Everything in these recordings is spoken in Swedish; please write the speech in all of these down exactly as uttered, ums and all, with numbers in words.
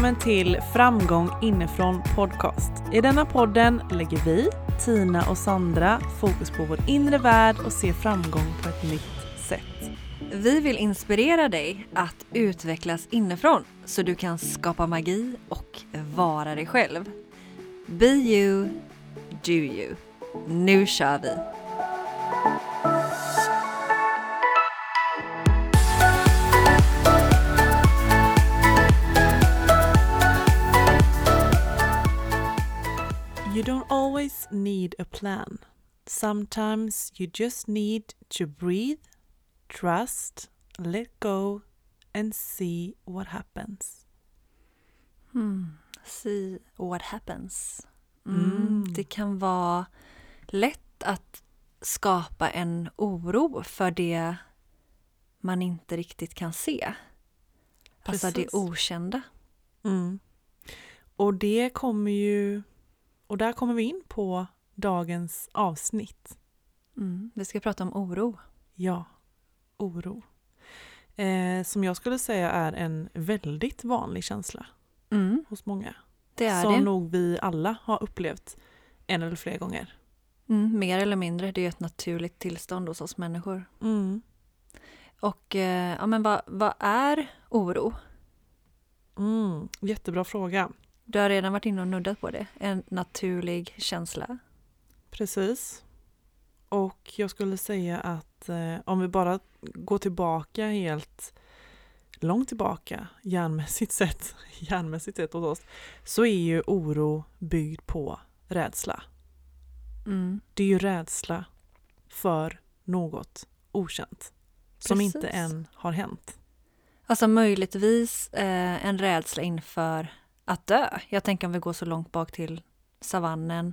välkommen till Framgång inifrån podcast. I denna podden lägger vi, Tina och Sandra, fokus på vår inre värld och ser framgång på ett nytt sätt. Vi vill inspirera dig att utvecklas inifrån så du kan skapa magi och vara dig själv. Be you, do you. Nu kör vi! You don't always need a plan. Sometimes you just need to breathe, trust, let go and see what happens. Hmm. See what happens. Mm. Mm. Det kan vara lätt att skapa en oro för det man inte riktigt kan se. Alltså Precis. det okända. Mm. Och det kommer ju, och där kommer vi in på dagens avsnitt. Mm. Vi ska prata om oro. Ja, oro. Eh, som jag skulle säga är en väldigt vanlig känsla Mm. hos många. Det är som det. nog vi alla har upplevt en eller flera gånger. Mm. Mer eller mindre. Det är ett naturligt tillstånd hos oss människor. Mm. Och eh, ja, men vad, vad är oro? Mm. Jättebra fråga. Du har redan varit inne och nuddat på det. En naturlig känsla. Precis. Och jag skulle säga att eh, om vi bara går tillbaka helt långt tillbaka, hjärnmässigt sett, hjärnmässigt sett hos oss, så är ju oro byggd på rädsla. Mm. Det är ju rädsla för något okänt som Precis. inte än har hänt. Alltså möjligtvis eh, en rädsla inför att dö. Jag tänker om vi går så långt bak till savannen,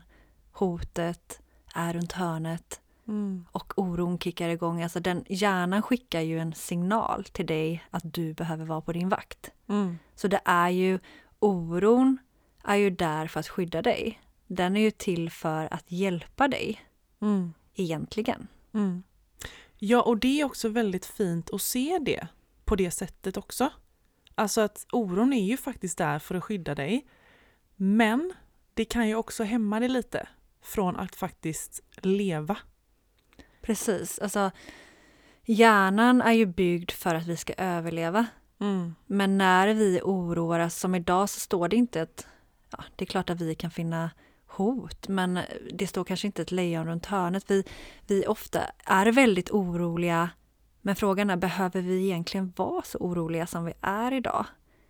hotet är runt hörnet Mm. och oron kickar igång. Alltså den hjärnan skickar ju en signal till dig att du behöver vara på din vakt. Mm. Så det är ju, oron är ju där för att skydda dig. Den är ju till för att hjälpa dig Mm. egentligen. Mm. Ja, och det är också väldigt fint att se det på det sättet också. Alltså att oron är ju faktiskt där för att skydda dig. Men det kan ju också hämma dig lite från att faktiskt leva. Precis, alltså hjärnan är ju byggd för att vi ska överleva. Mm. Men när vi oroar oss, som idag, så står det inte ett, ja, det är klart att vi kan finna hot, men det står kanske inte ett lejon runt hörnet. Vi, vi ofta är väldigt oroliga, men frågan är, behöver vi egentligen vara så oroliga som vi är idag?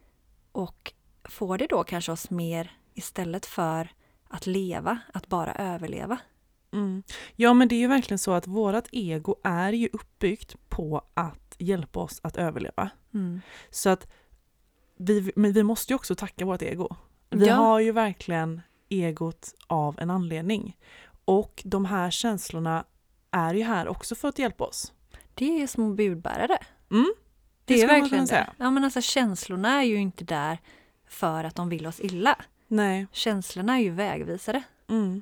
Och får det då kanske oss mer istället för att leva, att bara överleva? Mm. Ja, men det är ju verkligen så att vårat ego är ju uppbyggt på att hjälpa oss att överleva. Mm. Så att vi, men vi måste ju också tacka vårt ego. Vi Ja. har ju verkligen egot av en anledning. Och de här känslorna är ju här också för att hjälpa oss. Det är ju små budbärare. Mm. Det, det är skulle man verkligen kunna säga. det. Ja, men alltså, känslorna är ju inte där för att de vill oss illa. Nej. Känslorna är ju vägvisare. Mm.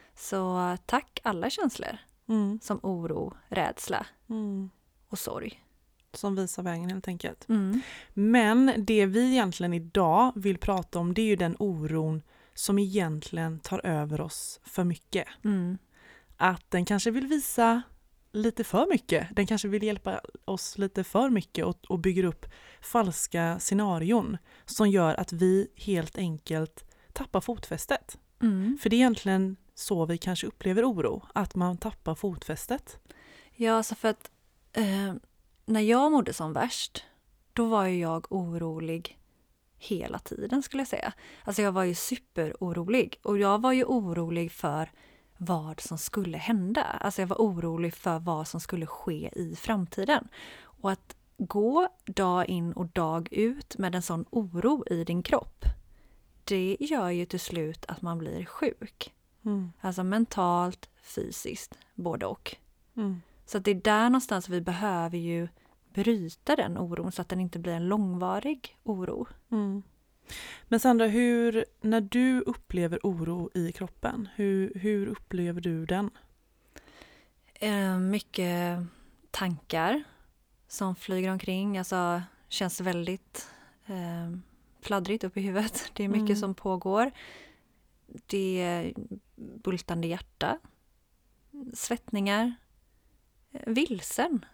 Så tack alla känslor. Mm. Som oro, rädsla Mm. och sorg. Som visar vägen helt enkelt. Mm. Men det vi egentligen idag vill prata om, det är ju den oron som egentligen tar över oss för mycket. Mm. Att den kanske vill visa lite för mycket. Den kanske vill hjälpa oss lite för mycket och, och bygger upp falska scenarion som gör att vi helt enkelt tappar fotfästet. Mm. För det är egentligen så vi kanske upplever oro, att man tappar fotfästet. Ja, alltså för att eh, när jag mådde som värst, då var ju jag orolig hela tiden, skulle jag säga. Alltså jag var ju superorolig, och jag var ju orolig för vad som skulle hända. Alltså jag var orolig för vad som skulle ske i framtiden. Och att gå dag in och dag ut med en sån oro i din kropp, det gör ju till slut att man blir sjuk. Mm. Alltså mentalt, fysiskt, både och. Mm. Så att det är där någonstans vi behöver ju bryta den oron så att den inte blir en långvarig oro. Mm. Men Sandra, hur, när du upplever oro i kroppen, hur, hur upplever du den? Eh, mycket tankar som flyger omkring. Alltså känns väldigt eh, fladdrigt upp i huvudet. Det är mycket Mm. som pågår. Det är bultande hjärta, svettningar, vilsen.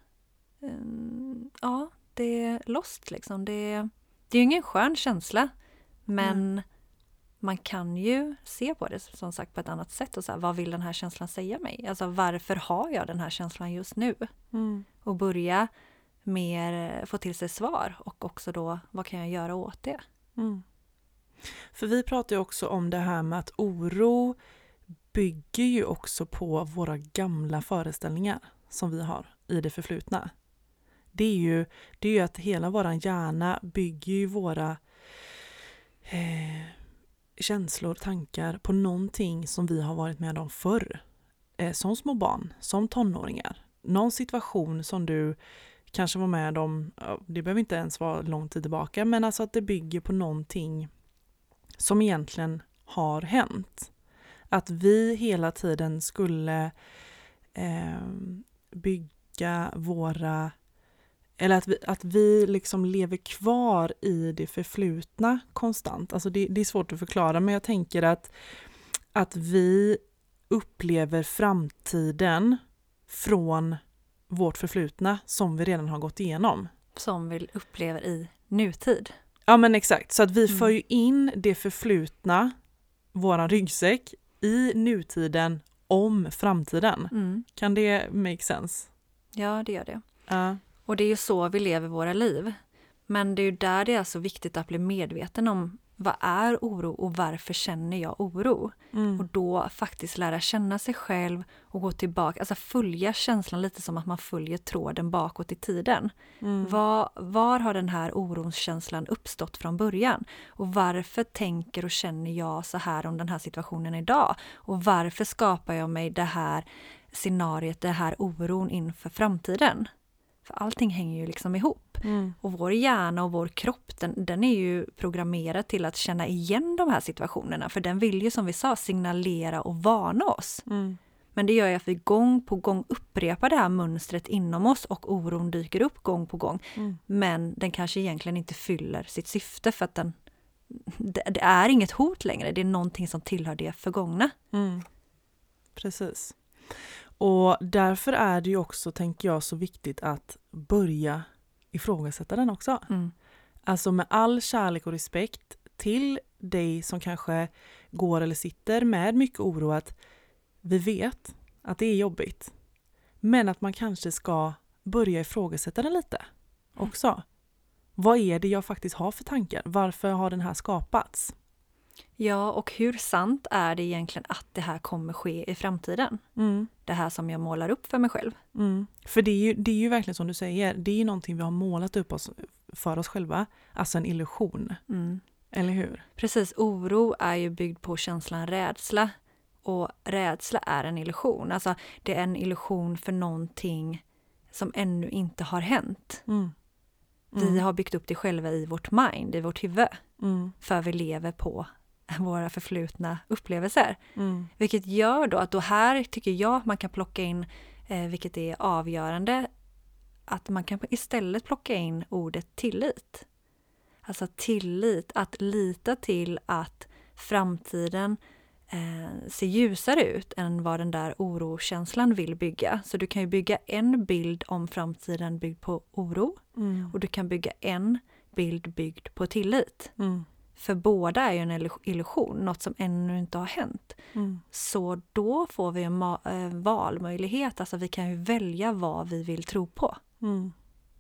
Ja, det är lost liksom. Det är, det är ju ingen skön känsla, men mm. man kan ju se på det som sagt på ett annat sätt och så här, vad vill den här känslan säga mig? Alltså varför har jag den här känslan just nu? Mm. Och börja mer få till sig svar och också då, vad kan jag göra åt det? Mm. För vi pratar ju också om det här med att oro bygger ju också på våra gamla föreställningar som vi har i det förflutna. Det är ju, det är ju att hela våran hjärna bygger ju våra eh, känslor, tankar på någonting som vi har varit med om förr. Eh, som små barn, som tonåringar. Någon situation som du kanske var med om, det behöver inte ens vara lång tid tillbaka, men alltså att det bygger på någonting som egentligen har hänt. Att vi hela tiden skulle eh, bygga våra, eller att vi, att vi liksom lever kvar i det förflutna konstant. Alltså det, det är svårt att förklara, men jag tänker att, att vi upplever framtiden från vårt förflutna som vi redan har gått igenom. Som vi upplever i nutid. Ja men exakt, så att vi Mm. för ju in det förflutna, våran ryggsäck, i nutiden om framtiden. Mm. Kan det make sense? Ja, det gör det. Ja. Och det är ju så vi lever våra liv. Men det är ju där det är så viktigt att bli medveten om vad är oro och varför känner jag oro? Mm. Och då faktiskt lära känna sig själv och gå tillbaka, alltså följa känslan lite som att man följer tråden bakåt i tiden. Mm. Var, var har den här oroskänslan uppstått från början? Och varför tänker och känner jag så här om den här situationen idag? Och varför skapar jag mig det här scenariet, det här oron inför framtiden? För allting hänger ju liksom ihop. Mm. Och vår hjärna och vår kropp, den, den är ju programmerad till att känna igen de här situationerna. För den vill ju som vi sa signalera och varna oss. Mm. Men det gör ju att vi gång på gång upprepar det här mönstret inom oss och oron dyker upp gång på gång. Mm. Men den kanske egentligen inte fyller sitt syfte för att den, det, det är inget hot längre. Det är någonting som tillhör det förgångna. Mm. Precis. Och därför är det ju också, tänker jag, så viktigt att börja ifrågasätta den också. Mm. Alltså med all kärlek och respekt till dig som kanske går eller sitter med mycket oro, att vi vet att det är jobbigt. Men att man kanske ska börja ifrågasätta den lite också. Vad är det jag faktiskt har för tankar? Varför har den här skapats? Ja, och hur sant är det egentligen att det här kommer ske i framtiden? Mm. Det här som jag målar upp för mig själv. Mm. För det är, ju, det är ju verkligen som du säger, det är ju någonting vi har målat upp oss, för oss själva. Alltså en illusion. Mm. Eller hur? Precis, oro är ju byggd på känslan rädsla. Och rädsla är en illusion. Alltså det är en illusion för någonting som ännu inte har hänt. Mm. Mm. Vi har byggt upp det själva i vårt mind, i vårt huvud. Mm. För vi lever på våra förflutna upplevelser. Mm. Vilket gör då att då här tycker jag man kan plocka in, eh, vilket är avgörande, att man kan istället plocka in ordet tillit. Alltså tillit, att lita till att framtiden eh, ser ljusare ut än vad den där orokänslan vill bygga. Så du kan ju bygga en bild om framtiden byggd på oro Mm. och du kan bygga en bild byggd på tillit. Mm. För båda är ju en illusion, något som ännu inte har hänt. Mm. Så då får vi en ma- äh, valmöjlighet, alltså vi kan ju välja vad vi vill tro på. Mm.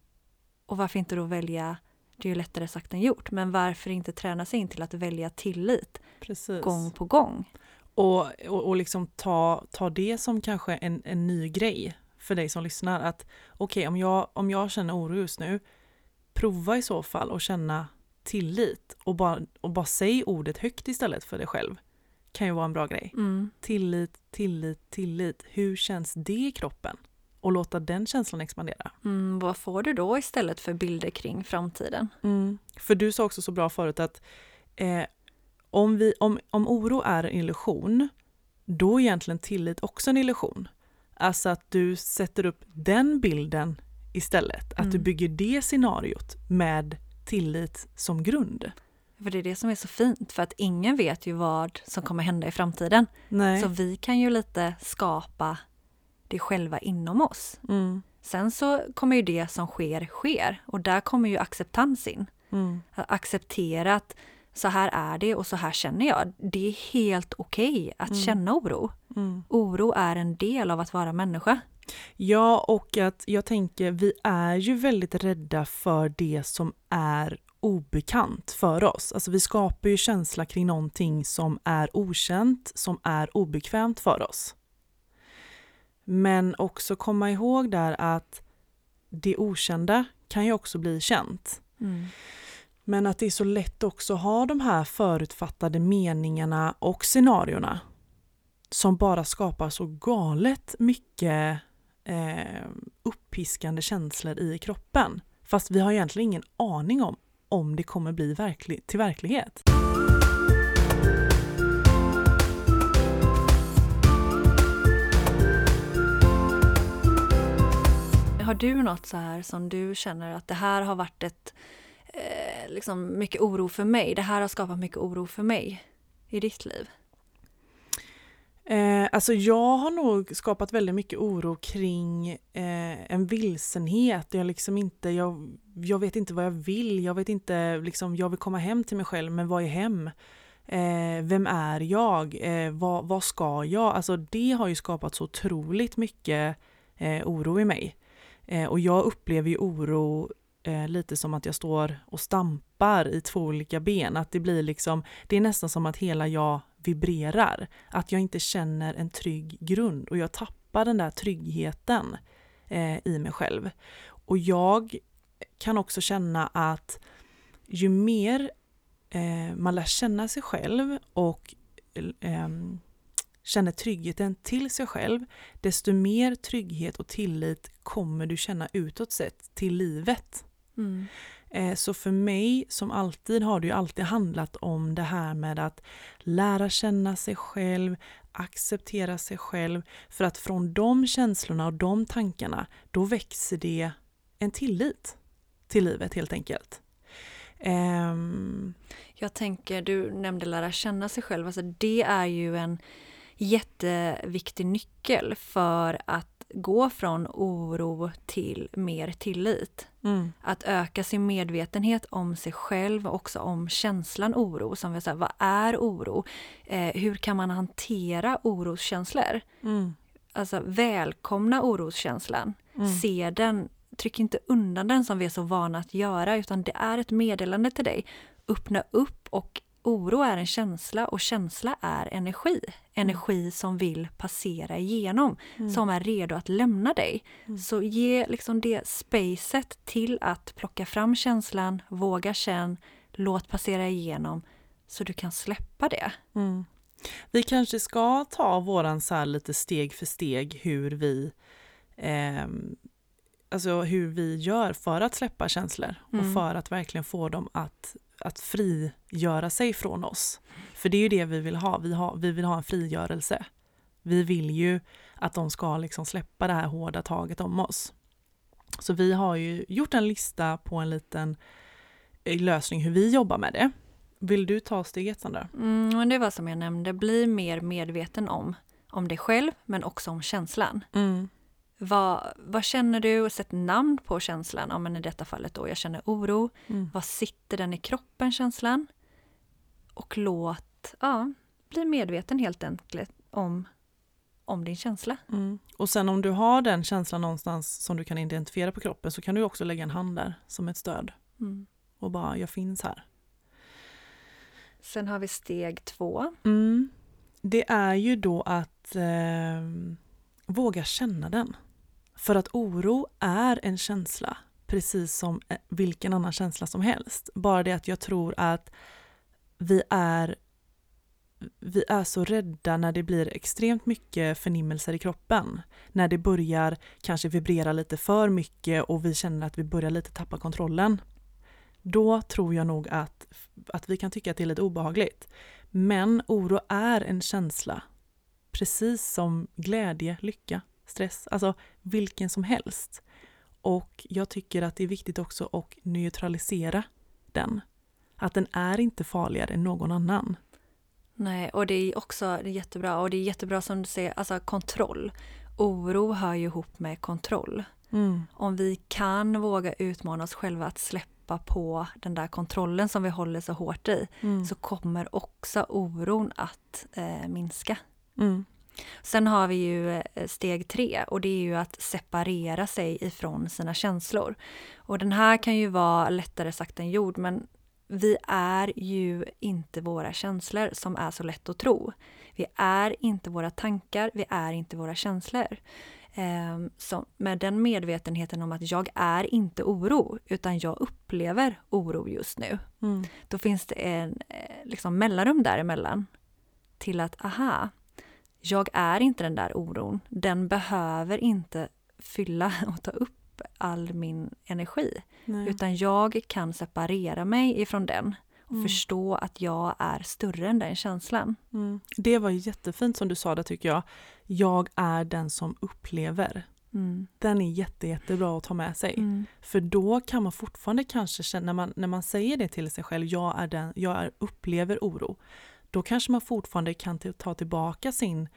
Och varför inte då välja, det är ju lättare sagt än gjort, men varför inte träna sig in till att välja tillit Precis. gång på gång? Och, och, och liksom ta, ta det som kanske en, en ny grej för dig som lyssnar. Att okej, okay, om, jag, om jag känner oro just nu, prova i så fall att känna tillit. Och bara, och bara säg ordet högt istället för dig själv. Kan ju vara en bra grej. Mm. Tillit, tillit, tillit. Hur känns det i kroppen? Och låta den känslan expandera. Mm, vad får du då istället för bilder kring framtiden? Mm. För du sa också så bra förut att eh, om, vi, om, om oro är en illusion, då är egentligen tillit också en illusion. Alltså att du sätter upp den bilden istället. Att Mm. du bygger det scenariot med tillit som grund. För det är det som är så fint, för att ingen vet ju vad som kommer hända i framtiden. Nej. Så vi kan ju lite skapa det själva inom oss. Mm. Sen så kommer ju det som sker, sker. Och där kommer ju acceptans in. Mm. Att acceptera att så här är det och så här känner jag. Det är helt okej att Mm. känna oro. Mm. Oro är en del av att vara människa. Ja, och att jag tänker, vi är ju väldigt rädda för det som är obekant för oss. Alltså vi skapar ju känsla kring någonting som är okänt, som är obekvämt för oss. Men också komma ihåg där att det okända kan ju också bli känt. Mm. Men att det är så lätt också att ha de här förutfattade meningarna och scenarierna som bara skapar så galet mycket eh, uppiskande känslor i kroppen. Fast vi har egentligen ingen aning om om det kommer bli verklig- till verklighet. Har du något så här som du känner att det här har varit ett eh, liksom mycket oro för mig? Det här har skapat mycket oro för mig i ditt liv? Eh, alltså jag har nog skapat väldigt mycket oro kring eh, en vilsenhet. Jag, liksom inte, jag, jag vet inte vad jag vill. Jag vet inte, liksom, jag vill komma hem till mig själv, men vad är hem? Eh, vem är jag? Eh, vad, vad ska jag? Alltså det har ju skapat så otroligt mycket eh, oro i mig. Eh, och jag upplever ju oro eh, lite som att jag står och stampar i två olika ben. Att det blir liksom, det är nästan som att hela jag vibrerar. Att jag inte känner en trygg grund och jag tappar den där tryggheten eh, i mig själv. Och jag kan också känna att ju mer eh, man lär känna sig själv och eh, känner tryggheten till sig själv, desto mer trygghet och tillit kommer du känna utåt sett till livet. Mm. Så för mig som alltid har det ju alltid handlat om det här med att lära känna sig själv, acceptera sig själv. För att från de känslorna och de tankarna, då växer det en tillit till livet helt enkelt. Um... Jag tänker, du nämnde lära känna sig själv. Alltså det är ju en jätteviktig nyckel för att gå från oro till mer tillit. Mm. Att öka sin medvetenhet om sig själv och också om känslan oro. Som vi säger, vad är oro? Eh, hur kan man hantera oroskänslor? Mm. Alltså välkomna oroskänslan. Mm. Se den, tryck inte undan den som vi är så vana att göra, utan det är ett meddelande till dig. Öppna upp, och oro är en känsla och känsla är energi. Energi mm. som vill passera igenom, mm. som är redo att lämna dig. Mm. Så ge liksom det spacet till att plocka fram känslan, våga känna, låt passera igenom så du kan släppa det. Mm. Vi kanske ska ta våran så här lite steg för steg hur vi eh, alltså hur vi gör för att släppa känslor mm. och för att verkligen få dem att att frigöra sig från oss. För det är ju det vi vill ha. Vi, ha, vi vill ha en frigörelse. Vi vill ju att de ska liksom släppa det här hårda taget om oss. Så vi har ju gjort en lista på en liten lösning hur vi jobbar med det. Vill du ta steget, Sandra? Mm, men det var som jag nämnde. Bli mer medveten om, om dig själv, men också om känslan. Mm. Vad, vad känner du? Sätt namn på känslan. Ja, men i detta fallet då, jag känner oro. Mm. Vad sitter den i kroppen, känslan? Och låt, ja, bli medveten helt enkelt om, om din känsla. Mm. Och sen om du har den känslan någonstans som du kan identifiera på kroppen, så kan du också lägga en hand där som ett stöd. Mm. Och bara, jag finns här. Sen har vi steg två. Mm. Det är ju då att eh, våga känna den. För att oro är en känsla, precis som vilken annan känsla som helst. Bara det att jag tror att vi är, vi är så rädda när det blir extremt mycket förnimmelser i kroppen. När det börjar kanske vibrera lite för mycket och vi känner att vi börjar lite tappa kontrollen. Då tror jag nog att, att vi kan tycka att det är lite obehagligt. Men oro är en känsla, precis som glädje, lycka, stress, alltså vilken som helst. Och jag tycker att det är viktigt också att neutralisera den. Att den är inte farligare än någon annan. Nej, och det är också det är jättebra. Och det är jättebra som du säger, alltså kontroll. Oro hör ju ihop med kontroll. Mm. Om vi kan våga utmana oss själva att släppa på den där kontrollen som vi håller så hårt i, Mm. så kommer också oron att eh, minska. Mm. Sen har vi ju eh, steg tre, och det är ju att separera sig ifrån sina känslor. Och den här kan ju vara lättare sagt än gjord, men vi är ju inte våra känslor, som är så lätt att tro. Vi är inte våra tankar, vi är inte våra känslor. Ehm, så med den medvetenheten om att jag är inte oro, utan jag upplever oro just nu. Mm. Då finns det en eh, liksom mellanrum däremellan till att, aha, jag är inte den där oron. Den behöver inte fylla och ta upp all min energi. Nej. Utan jag kan separera mig ifrån den och Mm. förstå att jag är större än den känslan. Mm. Det var jättefint som du sa det, tycker jag. Jag är den som upplever. Mm. Den är jätte, jättebra att ta med sig. Mm. För då kan man fortfarande kanske känna, när man, när man säger det till sig själv, jag är den, jag är, upplever oro. Då kanske man fortfarande kan t- ta tillbaka sin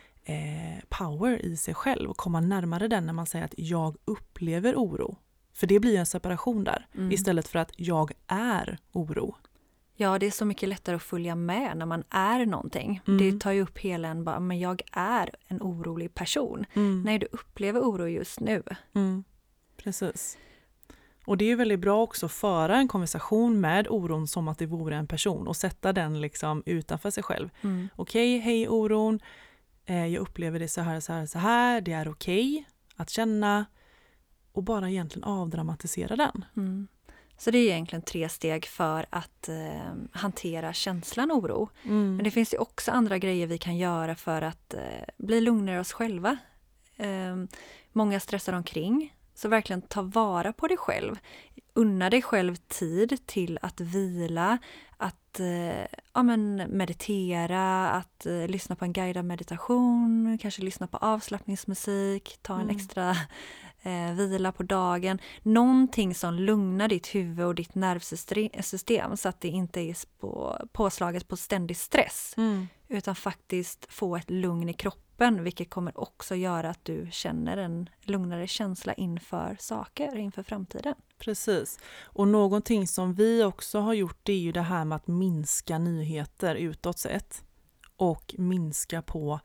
eh, power i sig själv och komma närmare den när man säger att jag upplever oro. För det blir en separation där, Mm. istället för att jag är oro. Ja, det är så mycket lättare att följa med när man är någonting. Mm. Det tar ju upp hela en, bara, men jag är en orolig person. Mm. Nej, du upplever oro just nu. Mm. Precis. Och det är ju väldigt bra också att föra en konversation med oron som att det vore en person och sätta den liksom utanför sig själv. Mm. Okej, hej oron, eh, jag upplever det så här, så här, så här. Det är okej att känna och bara egentligen avdramatisera den. Mm. Så det är egentligen tre steg för att eh, hantera känslan oro. Mm. Men det finns ju också andra grejer vi kan göra för att eh, bli lugnare oss själva. Eh, många stressar omkring, så verkligen ta vara på dig själv. Unna dig själv tid till att vila, att eh, ja, men meditera, att eh, lyssna på en guidad meditation, kanske lyssna på avslappningsmusik, ta en Mm. extra eh, vila på dagen. Någonting som lugnar ditt huvud och ditt nervsystem så att det inte är på, påslaget på ständig stress. Mm. Utan faktiskt få ett lugn i kroppen, vilket kommer också göra att du känner en lugnare känsla inför saker, inför framtiden. Precis. Och någonting som vi också har gjort, det är ju det här med att minska nyheter utåt sett och minska på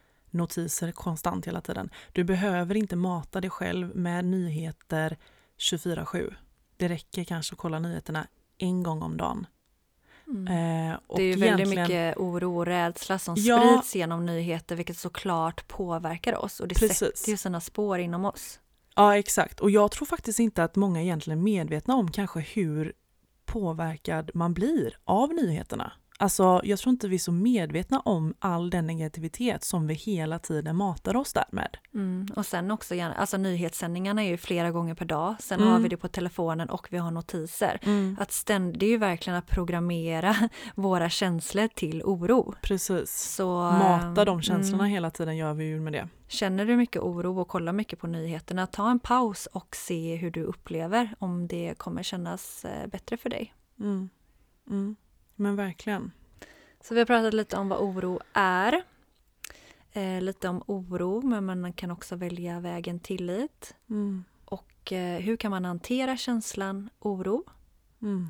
notiser konstant hela tiden. Du behöver inte mata dig själv med nyheter tjugofyra sju. Det räcker kanske att kolla nyheterna en gång om dagen. Mm. Eh, och Det är ju väldigt egentligen- mycket oro och rädsla som Ja. sprids genom nyheter, vilket såklart påverkar oss. Och det Precis. sätter ju sina spår inom oss. Ja, exakt. Och jag tror faktiskt inte att många egentligen är medvetna om kanske hur påverkad man blir av nyheterna. Alltså, jag tror inte vi är så medvetna om all den negativitet som vi hela tiden matar oss där med. Mm. Och sen också, gärna- alltså nyhetssändningarna är ju flera gånger per dag. Sen Mm. har vi det på telefonen och vi har notiser. Att ständ, det är ju verkligen att programmera våra känslor till oro. Precis. Så, Mata de mm, känslorna hela tiden gör vi ju med det. Känner du mycket oro och kollar mycket på nyheterna, ta en paus och se hur du upplever, om det kommer kännas eh, bättre för dig. Mm. Mm. Men verkligen. Så vi har pratat lite om vad oro är. Eh, lite om oro, men man kan också välja vägen tillit. Mm. Och eh, hur kan man hantera känslan oro? Mm.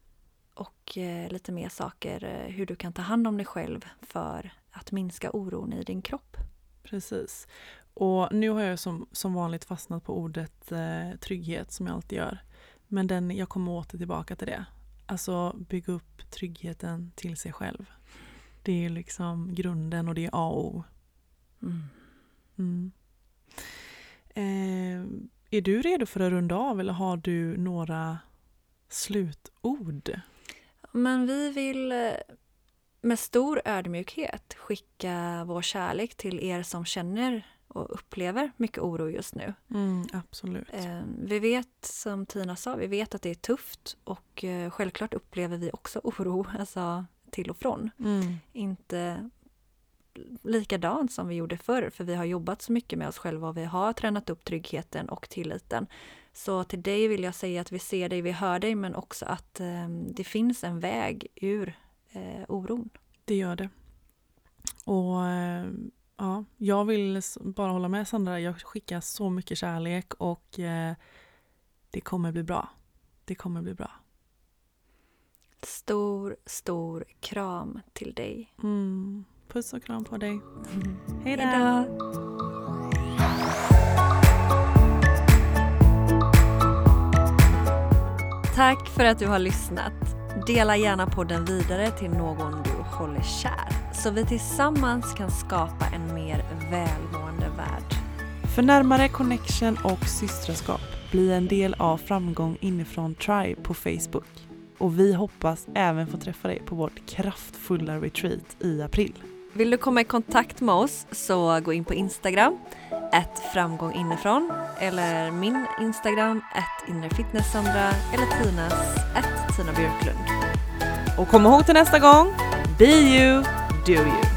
Och eh, lite mer saker, eh, hur du kan ta hand om dig själv för att minska oron i din kropp. Precis. Och nu har jag som, som vanligt fastnat på ordet eh, trygghet som jag alltid gör. Men den, jag kommer åter tillbaka till det. Alltså bygga upp tryggheten till sig själv. Det är liksom grunden och det är A och O. Mm. Mm. Eh, är du redo för att runda av eller har du några slutord? Men vi vill eh, med stor ödmjukhet skicka vår kärlek till er som känner och upplever mycket oro just nu. Mm, absolut. Eh, vi vet, som Tina sa, vi vet att det är tufft och eh, självklart upplever vi också oro, alltså till och från. Mm. Inte likadant som vi gjorde förr, för vi har jobbat så mycket med oss själva och vi har tränat upp tryggheten och tilliten. Så till dig vill jag säga att vi ser dig, vi hör dig, men också att eh, det finns en väg ur eh, oron. Det gör det. Och eh, ja, jag vill bara hålla med Sandra. Jag skickar så mycket kärlek och eh, det kommer bli bra. Det kommer bli bra. Stor, stor kram till dig. Mm. Puss och kram på dig. Mm. Hej då! Hej då! Tack för att du har lyssnat. Dela gärna podden vidare till någon du håller kär, så vi tillsammans kan skapa en mer välmående värld. För närmare connection och systraskap, bli en del av Framgång inifrån Tribe på Facebook. Och vi hoppas även få träffa dig på vårt kraftfulla retreat i april. Vill du komma i kontakt med oss så gå in på Instagram, ett framgång inifrån, eller min Instagram, ett inrefitnesssandra, eller Tinas, ett Tina Björklund. Och kom ihåg till nästa gång, be you, do you.